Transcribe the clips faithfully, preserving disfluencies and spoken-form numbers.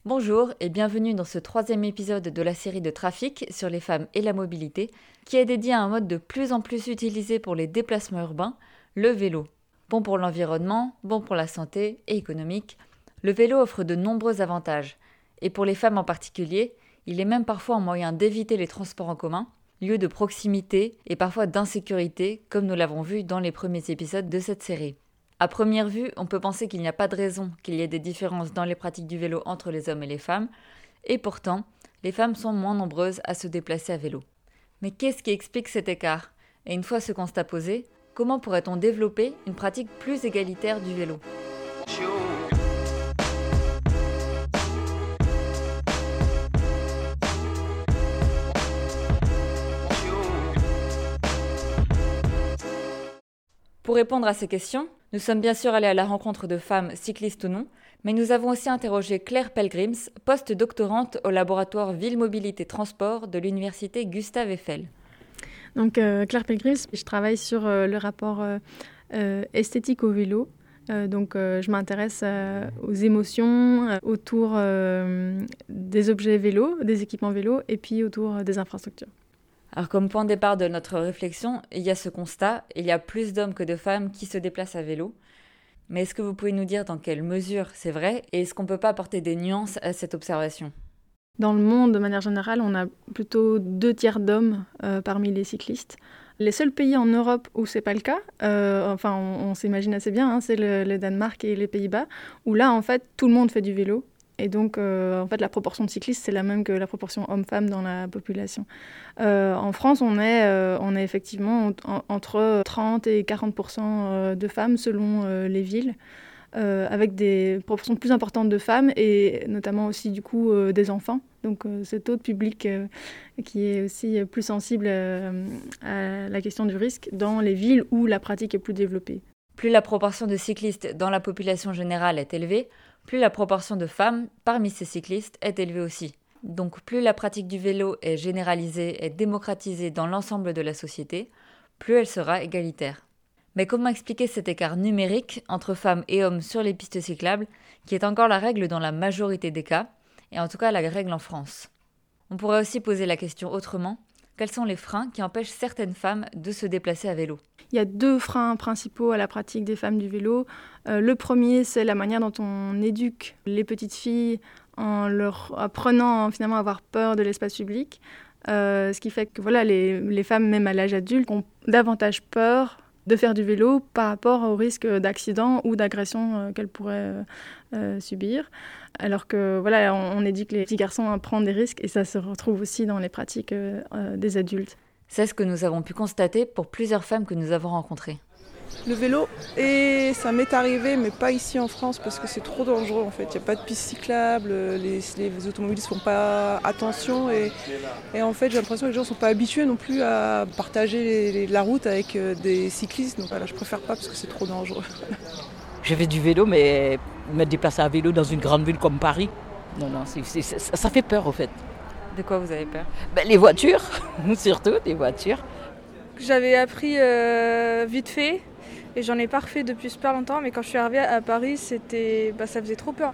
Bonjour et bienvenue dans ce troisième épisode de la série de Trafic sur les femmes et la mobilité, qui est dédié à un mode de plus en plus utilisé pour les déplacements urbains, le vélo. Bon pour l'environnement, bon pour la santé et économique, le vélo offre de nombreux avantages. Et pour les femmes en particulier, il est même parfois un moyen d'éviter les transports en commun, lieu de proximité et parfois d'insécurité, comme nous l'avons vu dans les premiers épisodes de cette série. À première vue, on peut penser qu'il n'y a pas de raison qu'il y ait des différences dans les pratiques du vélo entre les hommes et les femmes, et pourtant, les femmes sont moins nombreuses à se déplacer à vélo. Mais qu'est-ce qui explique cet écart ? Et une fois ce constat posé, comment pourrait-on développer une pratique plus égalitaire du vélo ? Pour répondre à ces questions, nous sommes bien sûr allés à la rencontre de femmes cyclistes ou non, mais nous avons aussi interrogé Claire Pelgrims, post-doctorante au laboratoire Ville Mobilité Transport de l'université Gustave Eiffel. Donc euh, Claire Pelgrims, je travaille sur euh, le rapport euh, euh, esthétique au vélo. Euh, donc euh, je m'intéresse euh, aux émotions euh, autour euh, des objets vélo, des équipements vélo et puis autour euh, des infrastructures. Alors comme point de départ de notre réflexion, il y a ce constat, il y a plus d'hommes que de femmes qui se déplacent à vélo. Mais est-ce que vous pouvez nous dire dans quelle mesure c'est vrai et est-ce qu'on ne peut pas apporter des nuances à cette observation ? Dans le monde, de manière générale, on a plutôt deux tiers d'hommes euh, parmi les cyclistes. Les seuls pays en Europe où c'est pas le cas, euh, enfin on, on s'imagine assez bien, hein, c'est le, le Danemark et les Pays-Bas, où là en fait tout le monde fait du vélo. Et donc, euh, en fait, la proportion de cyclistes, c'est la même que la proportion homme-femme dans la population. Euh, en France, on est, euh, on est effectivement en, entre trente et quarante pour cent de femmes selon euh, les villes, euh, avec des proportions plus importantes de femmes et notamment aussi, du coup, euh, des enfants. Donc, euh, cet autre public euh, qui est aussi plus sensible euh, à la question du risque dans les villes où la pratique est plus développée. Plus la proportion de cyclistes dans la population générale est élevée, plus la proportion de femmes parmi ces cyclistes est élevée aussi. Donc plus la pratique du vélo est généralisée et démocratisée dans l'ensemble de la société, plus elle sera égalitaire. Mais comment expliquer cet écart numérique entre femmes et hommes sur les pistes cyclables, qui est encore la règle dans la majorité des cas, et en tout cas la règle en France ? On pourrait aussi poser la question autrement. Quels sont les freins qui empêchent certaines femmes de se déplacer à vélo ? Il y a deux freins principaux à la pratique des femmes du vélo. Euh, le premier, c'est la manière dont on éduque les petites filles en leur apprenant finalement à avoir peur de l'espace public. Euh, ce qui fait que voilà, les, les femmes, même à l'âge adulte, ont davantage peur de faire du vélo par rapport au risque d'accident ou d'agression euh, qu'elles pourraient euh, euh, subir. Alors que voilà, on, on éduque les petits garçons à prendre des risques et ça se retrouve aussi dans les pratiques euh, euh, des adultes. C'est ce que nous avons pu constater pour plusieurs femmes que nous avons rencontrées. Le vélo, et ça m'est arrivé, mais pas ici en France, parce que c'est trop dangereux en fait. Il n'y a pas de piste cyclable, les, les automobilistes ne font pas attention, et, et en fait j'ai l'impression que les gens ne sont pas habitués non plus à partager les, les, la route avec des cyclistes. Donc voilà, je préfère pas parce que c'est trop dangereux. Je fais du vélo, mais me déplacer à vélo dans une grande ville comme Paris, non, non, c'est, c'est, ça, ça fait peur en fait. De quoi vous avez peur ? Ben, les voitures, surtout les voitures. J'avais appris euh, vite fait et j'en ai pas refait depuis super longtemps, mais quand je suis arrivée à Paris, c'était, bah, ça faisait trop peur.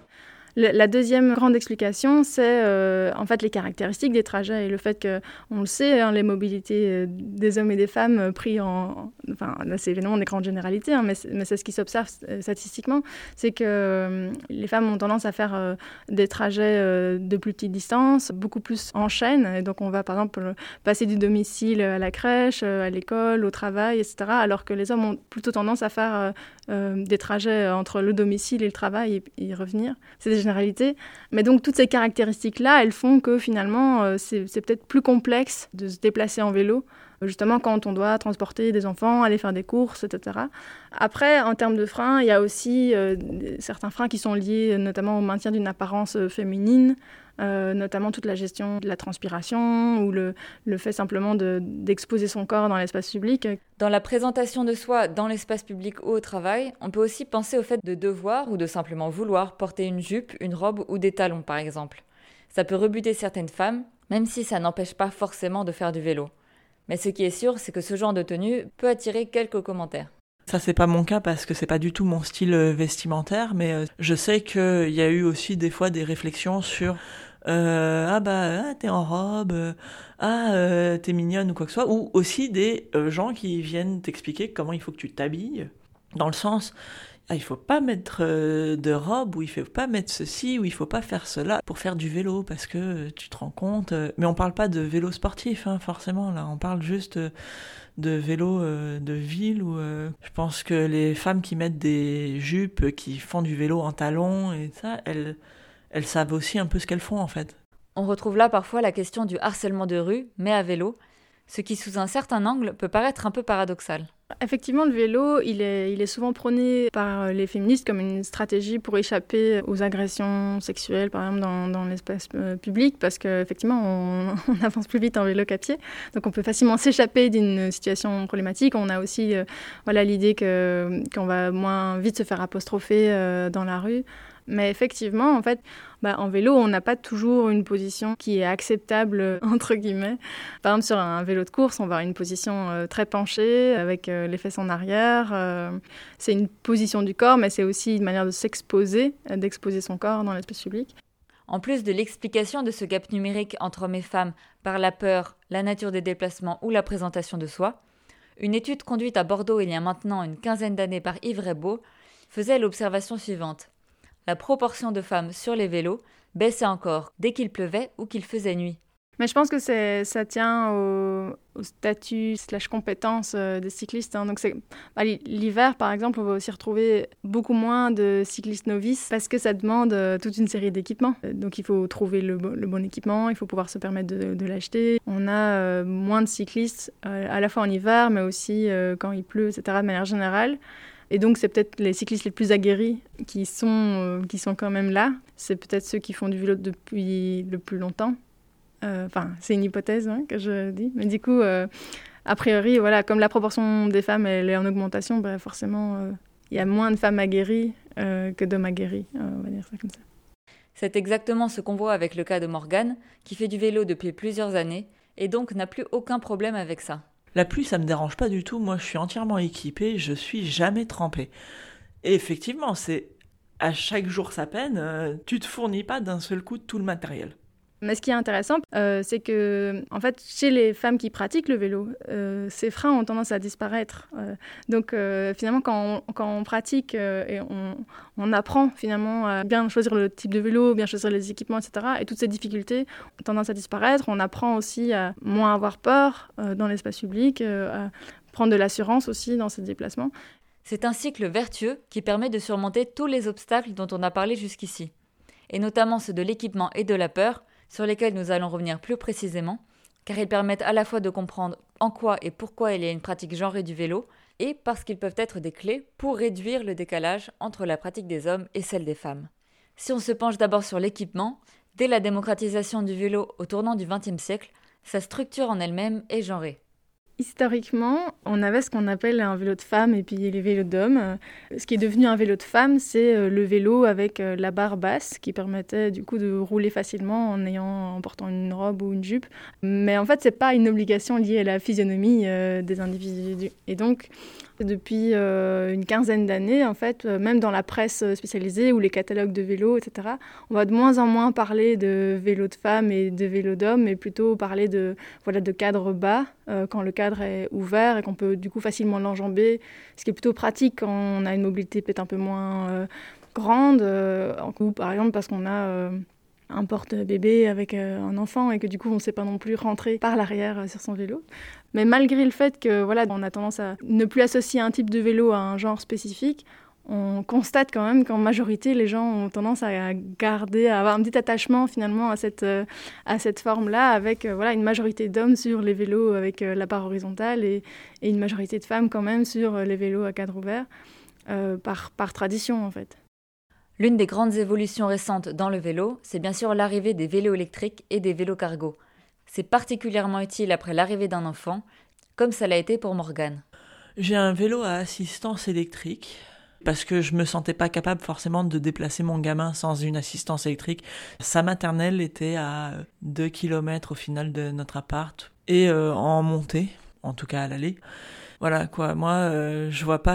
Le, la deuxième grande explication, c'est euh, en fait les caractéristiques des trajets et le fait que, on le sait, hein, les mobilités euh, des hommes et des femmes euh, pris en, enfin là c'est évidemment des grandes généralités, hein, mais, c'est, mais c'est ce qui s'observe euh, statistiquement, c'est que euh, les femmes ont tendance à faire euh, des trajets euh, de plus petites distances, beaucoup plus en chaîne, et donc on va par exemple passer du domicile à la crèche, euh, à l'école, au travail, et cetera, alors que les hommes ont plutôt tendance à faire euh, euh, des trajets entre le domicile et le travail et, et y revenir. C'est des généralité. Mais donc, toutes ces caractéristiques-là, elles font que finalement, euh, c'est, c'est peut-être plus complexe de se déplacer en vélo, justement quand on doit transporter des enfants, aller faire des courses, et cetera. Après, en termes de freins, il y a aussi euh, certains freins qui sont liés notamment au maintien d'une apparence euh, féminine, euh, notamment toute la gestion de la transpiration ou le, le fait simplement de, d'exposer son corps dans l'espace public. Dans la présentation de soi dans l'espace public ou au travail, on peut aussi penser au fait de devoir ou de simplement vouloir porter une jupe, une robe ou des talons par exemple. Ça peut rebuter certaines femmes, même si ça n'empêche pas forcément de faire du vélo. Mais ce qui est sûr, c'est que ce genre de tenue peut attirer quelques commentaires. Ça, c'est pas mon cas parce que c'est pas du tout mon style vestimentaire, mais je sais qu'il y a eu aussi des fois des réflexions sur euh, ah bah ah, t'es en robe, euh, ah euh, t'es mignonne ou quoi que ce soit, ou aussi des euh, gens qui viennent t'expliquer comment il faut que tu t'habilles, dans le sens ah, il faut pas mettre euh, de robe, ou il faut pas mettre ceci, ou il faut pas faire cela pour faire du vélo, parce que euh, tu te rends compte, euh, mais on parle pas de vélo sportif, hein, forcément, là, on parle juste euh, de vélo euh, de ville, où euh, je pense que les femmes qui mettent des jupes, qui font du vélo en talons, et ça, elles, elles savent aussi un peu ce qu'elles font, en fait. On retrouve là parfois la question du harcèlement de rue, mais à vélo, ce qui sous un certain angle peut paraître un peu paradoxal. Effectivement, le vélo, il est, il est souvent prôné par les féministes comme une stratégie pour échapper aux agressions sexuelles, par exemple, dans, dans l'espace euh, public, parce qu'effectivement, on, on avance plus vite en vélo qu'à pied. Donc, on peut facilement s'échapper d'une situation problématique. On a aussi euh, voilà, l'idée que, qu'on va moins vite se faire apostropher euh, dans la rue. Mais effectivement, en fait, bah, en vélo, on n'a pas toujours une position qui est acceptable, entre guillemets. Par exemple, sur un vélo de course, on va avoir une position euh, très penchée, avec euh, les fesses en arrière. Euh, c'est une position du corps, mais c'est aussi une manière de s'exposer, d'exposer son corps dans l'espace public. En plus de l'explication de ce gap numérique entre hommes et femmes par la peur, la nature des déplacements ou la présentation de soi, une étude conduite à Bordeaux il y a maintenant une quinzaine d'années par Yves Rebaud faisait l'observation suivante. La proportion de femmes sur les vélos baissait encore dès qu'il pleuvait ou qu'il faisait nuit. Mais je pense que c'est, ça tient au, au statut slash compétence euh, des cyclistes. Hein. Donc c'est, bah, l'hiver, par exemple, on va aussi retrouver beaucoup moins de cyclistes novices parce que ça demande euh, toute une série d'équipements. Donc il faut trouver le, le bon équipement, il faut pouvoir se permettre de, de l'acheter. On a euh, moins de cyclistes euh, à la fois en hiver, mais aussi euh, quand il pleut, et cetera, de manière générale. Et donc, c'est peut-être les cyclistes les plus aguerris qui sont, euh, qui sont quand même là. C'est peut-être ceux qui font du vélo depuis le plus longtemps. Enfin, euh, c'est une hypothèse hein, que je dis. Mais du coup, euh, a priori, voilà, comme la proportion des femmes elle est en augmentation, bah, forcément, il euh, y a moins de femmes aguerries euh, que d'hommes aguerris. Euh, on va dire ça comme ça. C'est exactement ce qu'on voit avec le cas de Morgane, qui fait du vélo depuis plusieurs années et donc n'a plus aucun problème avec ça. La pluie, ça me dérange pas du tout. Moi, je suis entièrement équipée, je suis jamais trempée. Et effectivement, c'est à chaque jour sa peine, euh, tu te fournis pas d'un seul coup de tout le matériel. Mais ce qui est intéressant, euh, c'est que, en fait, chez les femmes qui pratiquent le vélo, euh, ces freins ont tendance à disparaître. Euh, donc, euh, finalement, quand on, quand on pratique euh, et on, on apprend finalement à bien choisir le type de vélo, bien choisir les équipements, et cetera, et toutes ces difficultés ont tendance à disparaître. On apprend aussi à moins avoir peur euh, dans l'espace public, euh, à prendre de l'assurance aussi dans ces déplacements. C'est un cycle vertueux qui permet de surmonter tous les obstacles dont on a parlé jusqu'ici, et notamment ceux de l'équipement et de la peur, sur lesquels nous allons revenir plus précisément, car ils permettent à la fois de comprendre en quoi et pourquoi il y a une pratique genrée du vélo, et parce qu'ils peuvent être des clés pour réduire le décalage entre la pratique des hommes et celle des femmes. Si on se penche d'abord sur l'équipement, dès la démocratisation du vélo au tournant du vingtième siècle, sa structure en elle-même est genrée. Historiquement, on avait ce qu'on appelle un vélo de femme et puis les vélos d'hommes. Ce qui est devenu un vélo de femme, c'est le vélo avec la barre basse qui permettait du coup de rouler facilement en ayant, en portant une robe ou une jupe. Mais en fait, c'est pas une obligation liée à la physionomie euh, des individus. Et donc, depuis euh, une quinzaine d'années, en fait, euh, même dans la presse spécialisée ou les catalogues de vélos, et cetera, on va de moins en moins parler de vélos de femmes et de vélos d'hommes, mais plutôt parler de, voilà, de cadres bas, euh, quand le cadre est ouvert et qu'on peut du coup facilement l'enjamber, ce qui est plutôt pratique quand on a une mobilité peut-être un peu moins euh, grande, euh, ou par exemple parce qu'on a euh, un porte-bébé avec euh, un enfant et que du coup on ne sait pas non plus rentrer par l'arrière euh, sur son vélo. Mais malgré le fait que voilà, on a tendance à ne plus associer un type de vélo à un genre spécifique, on constate quand même qu'en majorité, les gens ont tendance à garder, à avoir un petit attachement finalement à cette, euh, à cette forme-là, avec euh, voilà, une majorité d'hommes sur les vélos avec euh, la barre horizontale et, et une majorité de femmes quand même sur euh, les vélos à cadre ouvert, euh, par, par tradition en fait. L'une des grandes évolutions récentes dans le vélo, c'est bien sûr l'arrivée des vélos électriques et des vélos cargo. C'est particulièrement utile après l'arrivée d'un enfant, comme ça l'a été pour Morgane. J'ai un vélo à assistance électrique, parce que je me sentais pas capable forcément de déplacer mon gamin sans une assistance électrique. Sa maternelle était à deux kilomètres au final de notre appart, et euh, en montée, en tout cas à l'aller. Voilà quoi, moi euh, je vois pas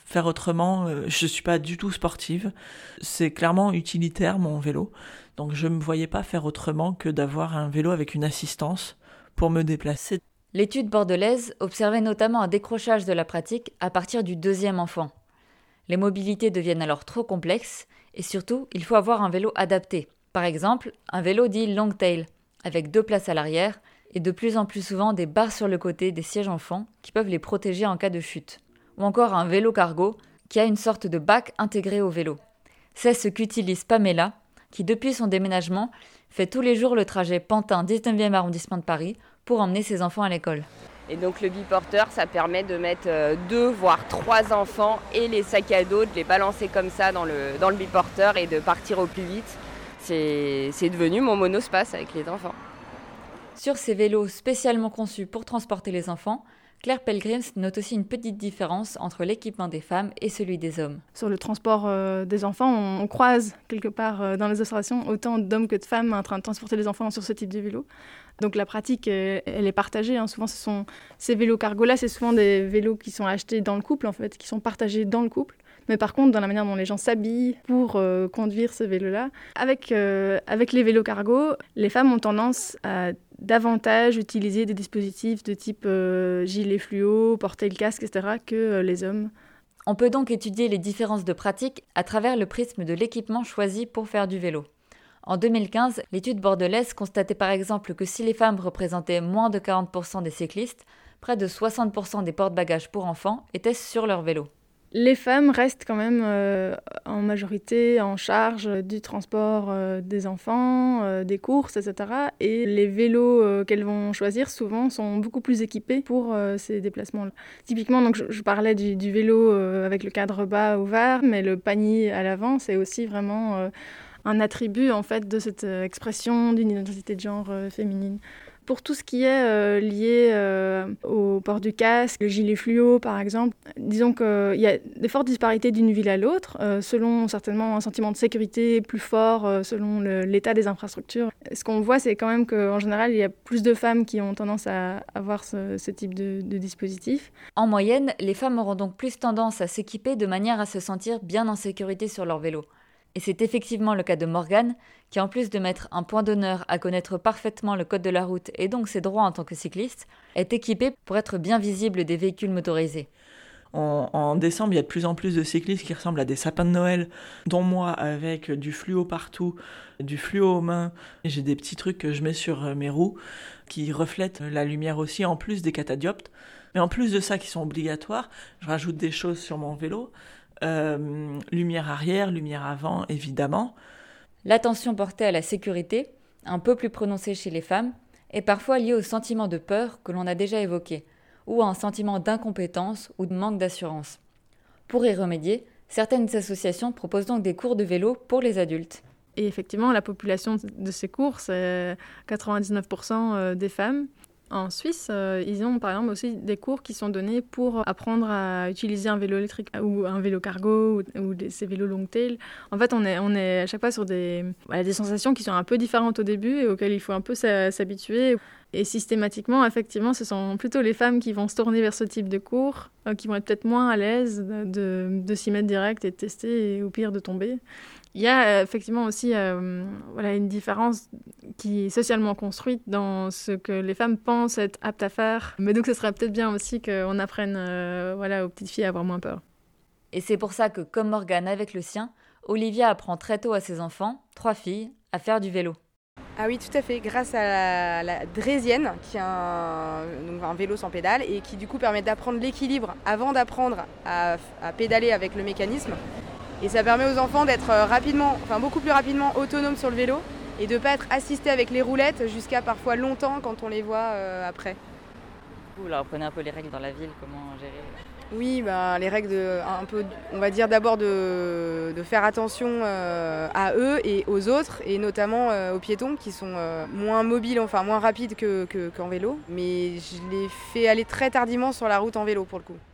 faire autrement. Euh, je suis pas du tout sportive. C'est clairement utilitaire, mon vélo. Donc je me voyais pas faire autrement que d'avoir un vélo avec une assistance pour me déplacer. L'étude bordelaise observait notamment un décrochage de la pratique à partir du deuxième enfant. Les mobilités deviennent alors trop complexes et surtout, il faut avoir un vélo adapté. Par exemple, un vélo dit long tail, avec deux places à l'arrière et de plus en plus souvent des barres sur le côté des sièges enfants qui peuvent les protéger en cas de chute. Ou encore un vélo cargo qui a une sorte de bac intégré au vélo. C'est ce qu'utilise Pamela, qui depuis son déménagement fait tous les jours le trajet Pantin dix-neuvième arrondissement de Paris pour emmener ses enfants à l'école. Et donc le biporteur, ça permet de mettre deux voire trois enfants et les sacs à dos, de les balancer comme ça dans le, dans le biporteur et de partir au plus vite. C'est, c'est devenu mon monospace avec les enfants. Sur ces vélos spécialement conçus pour transporter les enfants, Claire Pelgrims note aussi une petite différence entre l'équipement des femmes et celui des hommes. Sur le transport euh, des enfants, on, on croise quelque part euh, dans les observations autant d'hommes que de femmes en train de transporter les enfants sur ce type de vélo. Donc la pratique, euh, elle est partagée. Hein. Souvent, ce sont ces vélos cargo-là, c'est souvent des vélos qui sont achetés dans le couple, en fait, qui sont partagés dans le couple. Mais par contre, dans la manière dont les gens s'habillent pour euh, conduire ce vélo-là, avec, euh, avec les vélos cargo, les femmes ont tendance à davantage utiliser des dispositifs de type euh, gilet fluo, porter le casque, et cetera, que euh, les hommes. On peut donc étudier les différences de pratique à travers le prisme de l'équipement choisi pour faire du vélo. En deux mille quinze, l'étude bordelaise constatait par exemple que si les femmes représentaient moins de quarante pour cent des cyclistes, près de soixante pour cent des porte-bagages pour enfants étaient sur leur vélo. Les femmes restent quand même euh, en majorité en charge du transport euh, des enfants, euh, des courses, et cetera. Et les vélos euh, qu'elles vont choisir souvent sont beaucoup plus équipés pour euh, ces déplacements-là. Typiquement, donc, je, je parlais du, du vélo euh, avec le cadre bas ouvert, mais le panier à l'avant, c'est aussi vraiment euh, un attribut en fait, de cette euh, expression d'une identité de genre euh, féminine. Pour tout ce qui est euh, lié euh, au port du casque, le gilet fluo par exemple, disons qu'il y a des fortes disparités d'une ville à l'autre, euh, selon certainement un sentiment de sécurité plus fort, euh, selon le, l'état des infrastructures. Ce qu'on voit, c'est quand même qu'en général, il y a plus de femmes qui ont tendance à avoir ce, ce type de, de dispositif. En moyenne, les femmes auront donc plus tendance à s'équiper de manière à se sentir bien en sécurité sur leur vélo. Et c'est effectivement le cas de Morgane, qui en plus de mettre un point d'honneur à connaître parfaitement le code de la route et donc ses droits en tant que cycliste, est équipée pour être bien visible des véhicules motorisés. En, en décembre, il y a de plus en plus de cyclistes qui ressemblent à des sapins de Noël, dont moi, avec du fluo partout, du fluo aux mains. J'ai des petits trucs que je mets sur mes roues qui reflètent la lumière aussi, en plus des catadioptres. Mais en plus de ça, qui sont obligatoires, je rajoute des choses sur mon vélo. Euh, lumière arrière, lumière avant, évidemment. L'attention portée à la sécurité, un peu plus prononcée chez les femmes, est parfois liée au sentiment de peur que l'on a déjà évoqué, ou à un sentiment d'incompétence ou de manque d'assurance. Pour y remédier, certaines associations proposent donc des cours de vélo pour les adultes. Et effectivement, la population de ces cours, c'est quatre-vingt-dix-neuf pour cent des femmes. En Suisse, euh, ils ont par exemple aussi des cours qui sont donnés pour apprendre à utiliser un vélo électrique ou un vélo cargo ou, ou des, ces vélos long tail. En fait, on est, on est à chaque fois sur des, voilà, des sensations qui sont un peu différentes au début et auxquelles il faut un peu s'habituer. Et systématiquement, effectivement, ce sont plutôt les femmes qui vont se tourner vers ce type de cours, euh, qui vont être peut-être moins à l'aise de, de, de s'y mettre direct et de tester et au pire de tomber. Il y a euh, effectivement aussi euh, voilà, une différence qui est socialement construite dans ce que les femmes pensent être aptes à faire. Mais donc ce serait peut-être bien aussi qu'on apprenne euh, voilà, aux petites filles à avoir moins peur. Et c'est pour ça que, comme Morgane avec le sien, Olivia apprend très tôt à ses enfants, trois filles, à faire du vélo. Ah oui, tout à fait, grâce à la, la Draisienne, qui a un, donc un vélo sans pédale et qui du coup permet d'apprendre l'équilibre avant d'apprendre à, à pédaler avec le mécanisme. Et ça permet aux enfants d'être rapidement, enfin beaucoup plus rapidement autonomes sur le vélo et de ne pas être assistés avec les roulettes jusqu'à parfois longtemps quand on les voit euh, après. Vous leur apprenez un peu les règles dans la ville, comment gérer? Oui, bah, les règles, de, un peu, on va dire d'abord de, de faire attention euh, à eux et aux autres, et notamment euh, aux piétons qui sont euh, moins mobiles, enfin moins rapides que, que, qu'en vélo. Mais je les fais aller très tardivement sur la route en vélo pour le coup.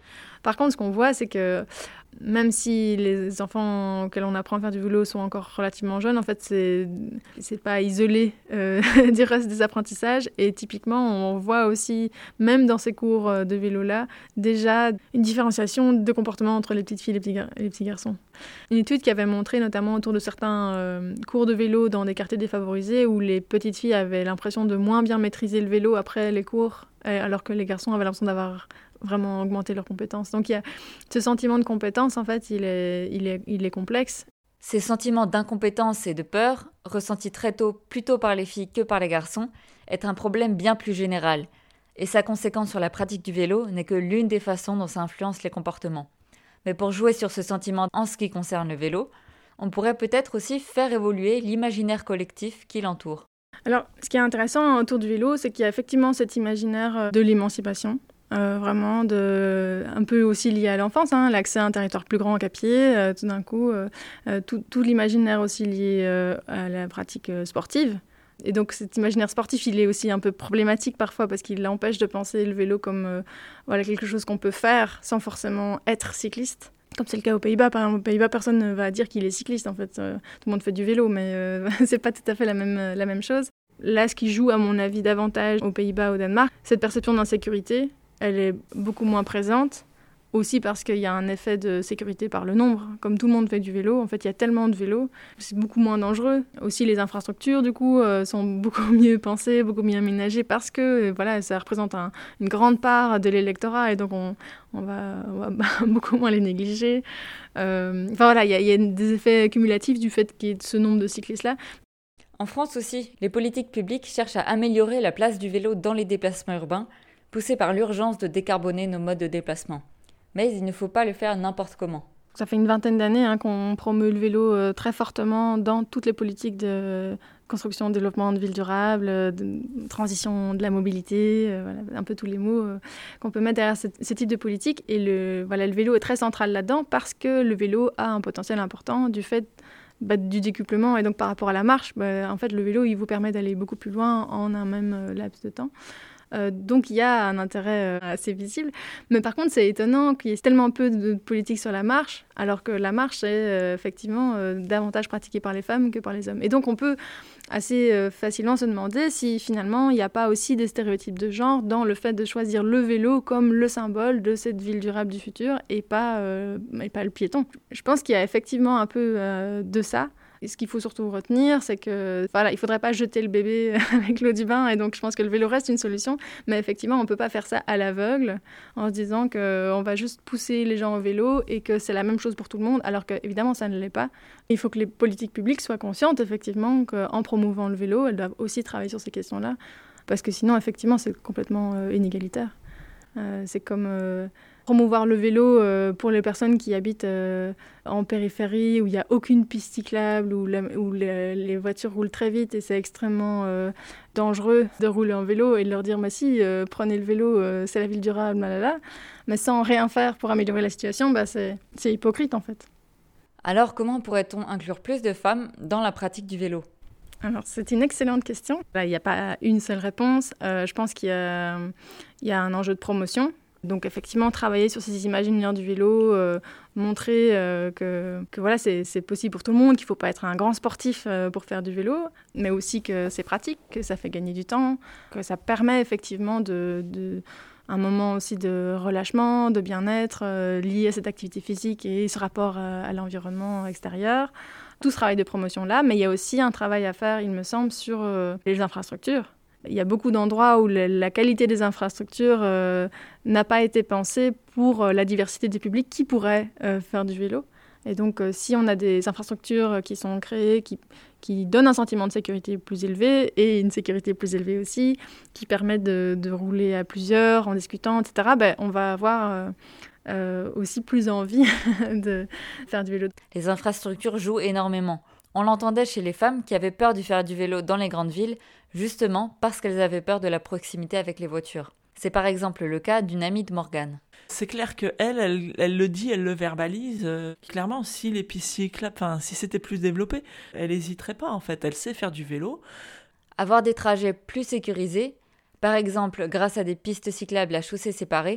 Par contre, ce qu'on voit, c'est que même si les enfants auxquels on apprend à faire du vélo sont encore relativement jeunes, en fait, c'est, c'est pas isolé euh, du reste des apprentissages. Et typiquement, on voit aussi, même dans ces cours de vélo-là, déjà une différenciation de comportement entre les petites filles et les petits, gar- et les petits garçons. Une étude qui avait montré, notamment autour de certains euh, cours de vélo dans des quartiers défavorisés, où les petites filles avaient l'impression de moins bien maîtriser le vélo après les cours, alors que les garçons avaient l'impression d'avoir vraiment augmenter leurs compétences. Donc il y a ce sentiment de compétence, en fait, il est, il est, il est complexe. Ces sentiments d'incompétence et de peur, ressentis très tôt, plutôt par les filles que par les garçons, est un problème bien plus général. Et sa conséquence sur la pratique du vélo n'est que l'une des façons dont ça influence les comportements. Mais pour jouer sur ce sentiment en ce qui concerne le vélo, on pourrait peut-être aussi faire évoluer l'imaginaire collectif qui l'entoure. Alors, ce qui est intéressant autour du vélo, c'est qu'il y a effectivement cet imaginaire de l'émancipation. Euh, vraiment de, un peu aussi lié à l'enfance, hein, l'accès à un territoire plus grand qu'à pied, euh, tout d'un coup, euh, euh, tout, tout l'imaginaire aussi lié euh, à la pratique euh, sportive. Et donc cet imaginaire sportif, il est aussi un peu problématique parfois parce qu'il empêche de penser le vélo comme euh, voilà, quelque chose qu'on peut faire sans forcément être cycliste. Comme c'est le cas aux Pays-Bas, par exemple, aux Pays-Bas, personne ne va dire qu'il est cycliste, en fait. Euh, tout le monde fait du vélo, mais euh, c'est pas tout à fait la même, la même chose. Là, ce qui joue, à mon avis, davantage aux Pays-Bas, au Danemark, cette perception d'insécurité, elle est beaucoup moins présente, aussi parce qu'il y a un effet de sécurité par le nombre. Comme tout le monde fait du vélo, en fait, il y a tellement de vélos, c'est beaucoup moins dangereux. Aussi, les infrastructures, du coup, euh, sont beaucoup mieux pensées, beaucoup mieux aménagées, parce que, euh, voilà, ça représente un, une grande part de l'électorat, et donc on, on va, on va beaucoup moins les négliger. Euh, enfin, voilà, il y, a, il y a des effets cumulatifs du fait qu'il y ait ce nombre de cyclistes-là. En France aussi, les politiques publiques cherchent à améliorer la place du vélo dans les déplacements urbains, poussés par l'urgence de décarboner nos modes de déplacement. Mais il ne faut pas le faire n'importe comment. Ça fait une vingtaine d'années hein, qu'on promeut le vélo euh, très fortement dans toutes les politiques de construction, développement de villes durables, de transition de la mobilité, euh, voilà, un peu tous les mots euh, qu'on peut mettre derrière ce, ce type de politique. Et le, voilà, le vélo est très central là-dedans parce que le vélo a un potentiel important du fait bah, du décuplement. Et donc par rapport à la marche, bah, en fait, le vélo il vous permet d'aller beaucoup plus loin en un même euh, laps de temps. Euh, donc il y a un intérêt euh, assez visible. Mais par contre, c'est étonnant qu'il y ait tellement peu de politique sur la marche, alors que la marche est euh, effectivement euh, davantage pratiquée par les femmes que par les hommes. Et donc on peut assez euh, facilement se demander si finalement il n'y a pas aussi des stéréotypes de genre dans le fait de choisir le vélo comme le symbole de cette ville durable du futur et pas, euh, et pas le piéton. Je pense qu'il y a effectivement un peu euh, de ça. Et ce qu'il faut surtout retenir, c'est que voilà, il ne faudrait pas jeter le bébé avec l'eau du bain. Et donc, je pense que le vélo reste une solution. Mais effectivement, on ne peut pas faire ça à l'aveugle en se disant qu'on va juste pousser les gens au vélo et que c'est la même chose pour tout le monde, alors qu'évidemment, ça ne l'est pas. Il faut que les politiques publiques soient conscientes, effectivement, qu'en promouvant le vélo, elles doivent aussi travailler sur ces questions-là. Parce que sinon, effectivement, c'est complètement euh, inégalitaire. Euh, c'est comme... Euh, promouvoir le vélo euh, pour les personnes qui habitent euh, en périphérie où il n'y a aucune piste cyclable, où, la, où les, les voitures roulent très vite et c'est extrêmement euh, dangereux de rouler en vélo et de leur dire bah, « si, euh, prenez le vélo, euh, c'est la ville durable, malala ». Mais sans rien faire pour améliorer la situation, bah, c'est, c'est hypocrite en fait. Alors comment pourrait-on inclure plus de femmes dans la pratique du vélo ? Alors, c'est une excellente question. Là, il n'y a pas une seule réponse. Euh, je pense qu'il y a, il y a un enjeu de promotion. Donc effectivement, travailler sur ces imaginaires du vélo, euh, montrer euh, que, que voilà, c'est, c'est possible pour tout le monde, qu'il ne faut pas être un grand sportif euh, pour faire du vélo, mais aussi que c'est pratique, que ça fait gagner du temps, que ça permet effectivement de, de, un moment aussi de relâchement, de bien-être euh, lié à cette activité physique et ce rapport euh, à l'environnement extérieur. Tout ce travail de promotion-là, mais il y a aussi un travail à faire, il me semble, sur euh, les infrastructures. Il y a beaucoup d'endroits où le, la qualité des infrastructures euh, n'a pas été pensée pour euh, la diversité des publics qui pourraient euh, faire du vélo. Et donc, euh, si on a des infrastructures qui sont créées, qui, qui donnent un sentiment de sécurité plus élevé et une sécurité plus élevée aussi, qui permettent de, de rouler à plusieurs en discutant, et cetera, ben, on va avoir euh, euh, aussi plus envie de faire du vélo. Les infrastructures jouent énormément. On l'entendait chez les femmes qui avaient peur de faire du vélo dans les grandes villes, justement parce qu'elles avaient peur de la proximité avec les voitures. C'est par exemple le cas d'une amie de Morgane. C'est clair que elle, elle, elle le dit, elle le verbalise. Euh, clairement, si les pistes cyclables, enfin, si c'était plus développé, elle n'hésiterait pas en fait. Elle sait faire du vélo. Avoir des trajets plus sécurisés, par exemple grâce à des pistes cyclables à chaussées séparées,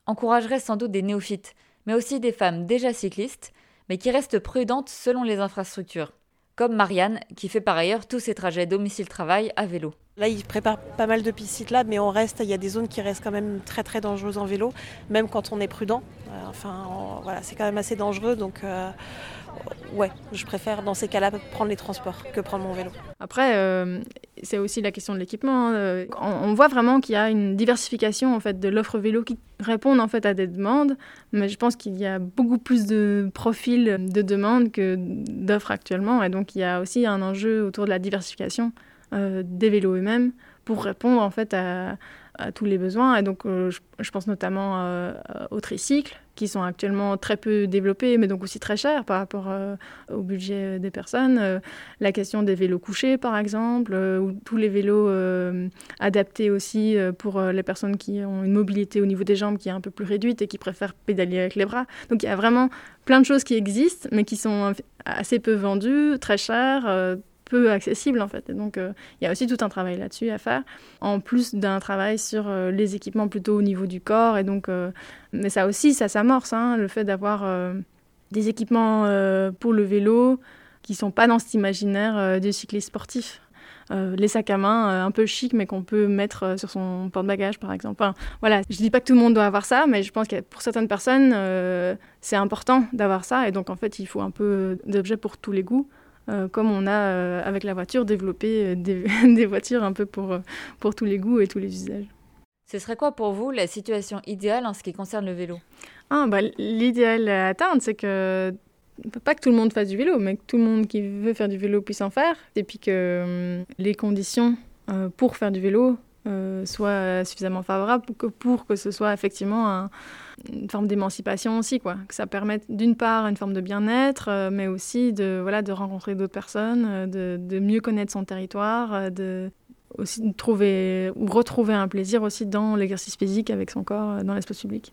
encouragerait sans doute des néophytes, mais aussi des femmes déjà cyclistes, mais qui restent prudentes selon les infrastructures. Comme Marianne, qui fait par ailleurs tous ses trajets domicile-travail à vélo. Là, ils préparent pas mal de pistes cyclables, mais on reste, il y a des zones qui restent quand même très très dangereuses en vélo, même quand on est prudent. Euh, enfin, on, voilà, c'est quand même assez dangereux, donc euh, ouais, je préfère dans ces cas-là prendre les transports que prendre mon vélo. Après, euh, c'est aussi la question de l'équipement. Hein. On, on voit vraiment qu'il y a une diversification en fait de l'offre vélo qui répond en fait à des demandes, mais je pense qu'il y a beaucoup plus de profils de demandes que d'offres actuellement, et donc il y a aussi un enjeu autour de la diversification euh, des vélos eux-mêmes pour répondre en fait à, à tous les besoins. Et donc euh, je, je pense notamment euh, aux tricycles qui sont actuellement très peu développés, mais donc aussi très chers par rapport euh, au budget des personnes. Euh, la question des vélos couchés, par exemple, euh, ou tous les vélos euh, adaptés aussi euh, pour euh, les personnes qui ont une mobilité au niveau des jambes qui est un peu plus réduite et qui préfèrent pédaler avec les bras. Donc il y a vraiment plein de choses qui existent, mais qui sont assez peu vendues, très chères, euh, peu accessible en fait. Et donc, euh, il y a aussi tout un travail là-dessus à faire, en plus d'un travail sur euh, les équipements plutôt au niveau du corps. Et donc, euh, mais ça aussi, ça s'amorce, hein, le fait d'avoir euh, des équipements euh, pour le vélo qui ne sont pas dans cet imaginaire euh, du cycliste sportif. Euh, les sacs à main euh, un peu chic, mais qu'on peut mettre euh, sur son porte-bagages, par exemple. Enfin, voilà, je ne dis pas que tout le monde doit avoir ça, mais je pense que pour certaines personnes, euh, c'est important d'avoir ça. Et donc, en fait, il faut un peu d'objets pour tous les goûts. Euh, comme on a, euh, avec la voiture, développé euh, des, des voitures un peu pour, euh, pour tous les goûts et tous les usages. Ce serait quoi pour vous la situation idéale en ce qui concerne le vélo ? ah, bah, L'idéal à atteindre, c'est que, pas que tout le monde fasse du vélo, mais que tout le monde qui veut faire du vélo puisse en faire. Et puis que euh, les conditions euh, pour faire du vélo euh, soient suffisamment favorables pour que, pour que ce soit effectivement un, une forme d'émancipation aussi, quoi. Que ça permette d'une part une forme de bien-être, euh, mais aussi de, voilà, de rencontrer d'autres personnes, euh, de, de mieux connaître son territoire, euh, de aussi de trouver ou retrouver un plaisir aussi dans l'exercice physique avec son corps euh, dans l'espace public.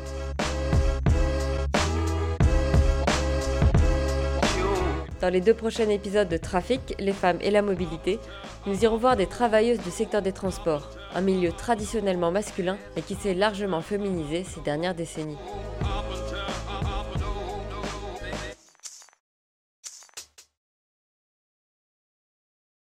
Dans les deux prochains épisodes de Trafic, les femmes et la mobilité, nous irons voir des travailleuses du secteur des transports, un milieu traditionnellement masculin mais qui s'est largement féminisé ces dernières décennies.